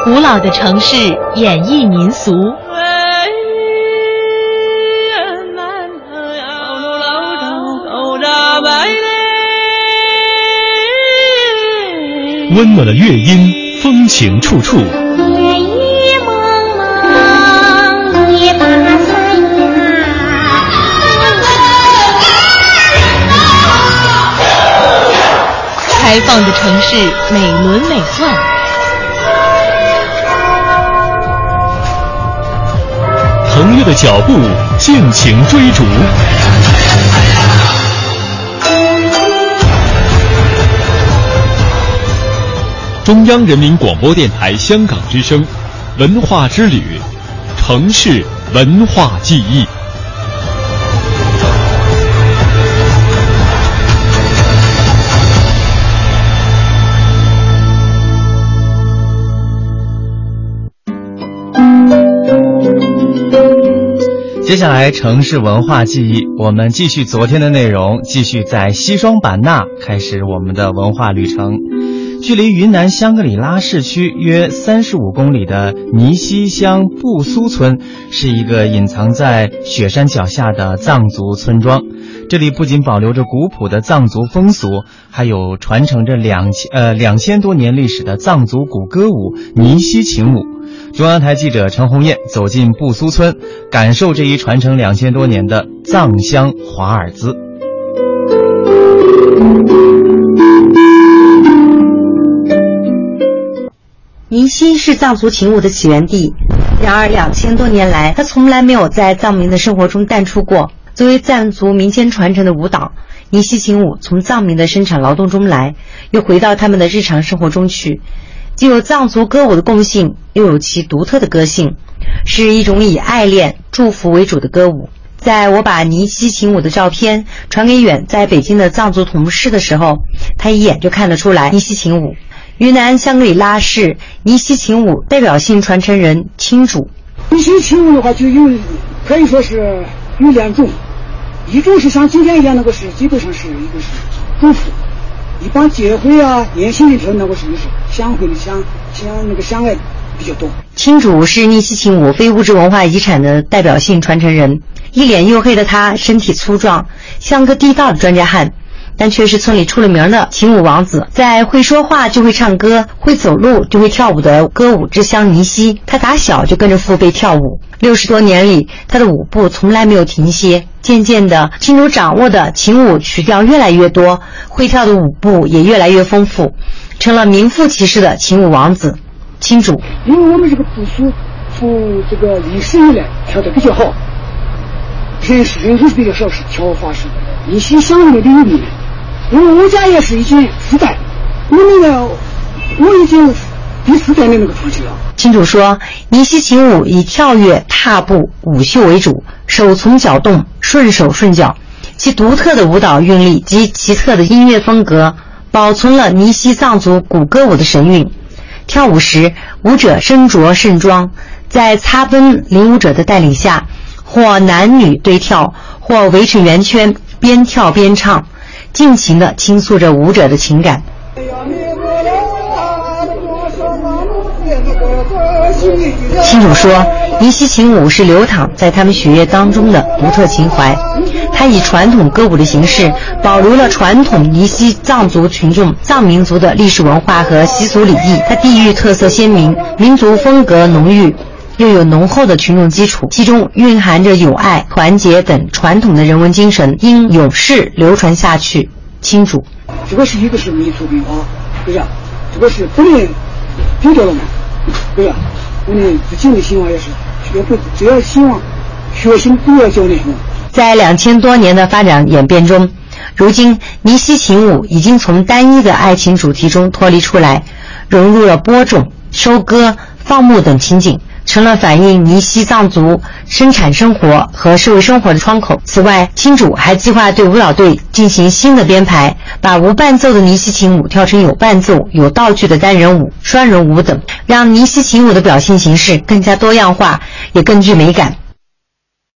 古老的城市演绎民俗， 温暖的乐音，风情处处。 夜雨蒙蒙，夜大山呀， 开放的城市美轮美奂， 腾跃的脚步，尽情追逐。中央人民广播电台香港之声，文化之旅，城市文化记忆。 接下来城市文化记忆，我们继续昨天的内容，继续在西双版纳开始我们的文化旅程。距离云南香格里拉市区约35公里的尼西乡布苏村是一个隐藏在雪山脚下的藏族村庄。这里不仅保留着古朴的藏族风俗，还有传承着2000多年历史的藏族古歌舞尼西琴舞。中央台记者陈红艳走进布苏村，感受这一传承2000多年的藏乡华尔兹。 尼西是藏族琴舞的起源地，然而2000多年来，它从来没有在藏民的生活中淡出过。作为藏族民间传承的舞蹈，尼西琴舞从藏民的生产劳动中来，又回到他们的日常生活中去，既有藏族歌舞的共性，又有其独特的个性，是一种以爱恋、祝福为主的歌舞。在我把尼西琴舞的照片传给远在北京的藏族同事的时候，他一眼就看得出来尼西琴舞。云南香格里拉市尼西琴舞代表性传承人青主。 尼西琴舞的话，就可以说是有两种，一种是像今天一样，那个是基本上是一个是祝福，一般结婚啊、年轻人跳那个是就是相会的相爱比较多。 青主是尼西琴舞非物质文化遗产的代表性传承人，一脸黝黑的他，身体粗壮，像个地道的专家汉，但却是村里出了名的琴舞王子。在会说话就会唱歌、会走路就会跳舞的歌舞之乡尼西，他打小就跟着父辈跳舞，60多年里，他的舞步从来没有停歇。渐渐的，青主掌握的琴舞曲调越来越多，会跳的舞步也越来越丰富，成了名副其实的琴舞王子。青主， 因为我们这个布苏从这个历史以来跳得比较好，人数比较少，是跳法是尼西乡的领域。因为我家也是已经4代，我已经第4代的那个出去了。 青主说，尼西琴舞以跳跃、踏步、舞秀为主，手从脚动，顺手顺脚，其独特的舞蹈韵律及奇特的音乐风格，保存了尼西藏族古歌舞的神韵。跳舞时，舞者身着盛装，在擦奔领舞者的带领下，或男女对跳，或围成圆圈，边跳边唱，尽情地倾诉着舞者的情感。青主说，尼西琴舞是流淌在他们血液当中的独特情怀，它以传统歌舞的形式保留了传统尼西藏族群众藏民族的历史文化和习俗礼仪。它地域特色鲜明，民族风格浓郁，又有浓厚的群众基础，其中蕴含着友爱、团结等传统的人文精神，应永世流传下去。青主， 这个是一个是民族文化，对呀，这个是不能丢掉了嘛，对呀，我们自己的希望也是，只要希望学生不要教那什么。 在2000多年的发展演变中，如今尼西琴舞已经从单一的爱情主题中脱离出来，融入了播种、收割、放牧等情景，成了反映尼西藏族生产生活和社会生活的窗口。此外，青主还计划对舞蹈队进行新的编排，把无伴奏的尼西琴舞跳成有伴奏、有道具的单人舞、双人舞等，让尼西琴舞的表现形式更加多样化，也更具美感。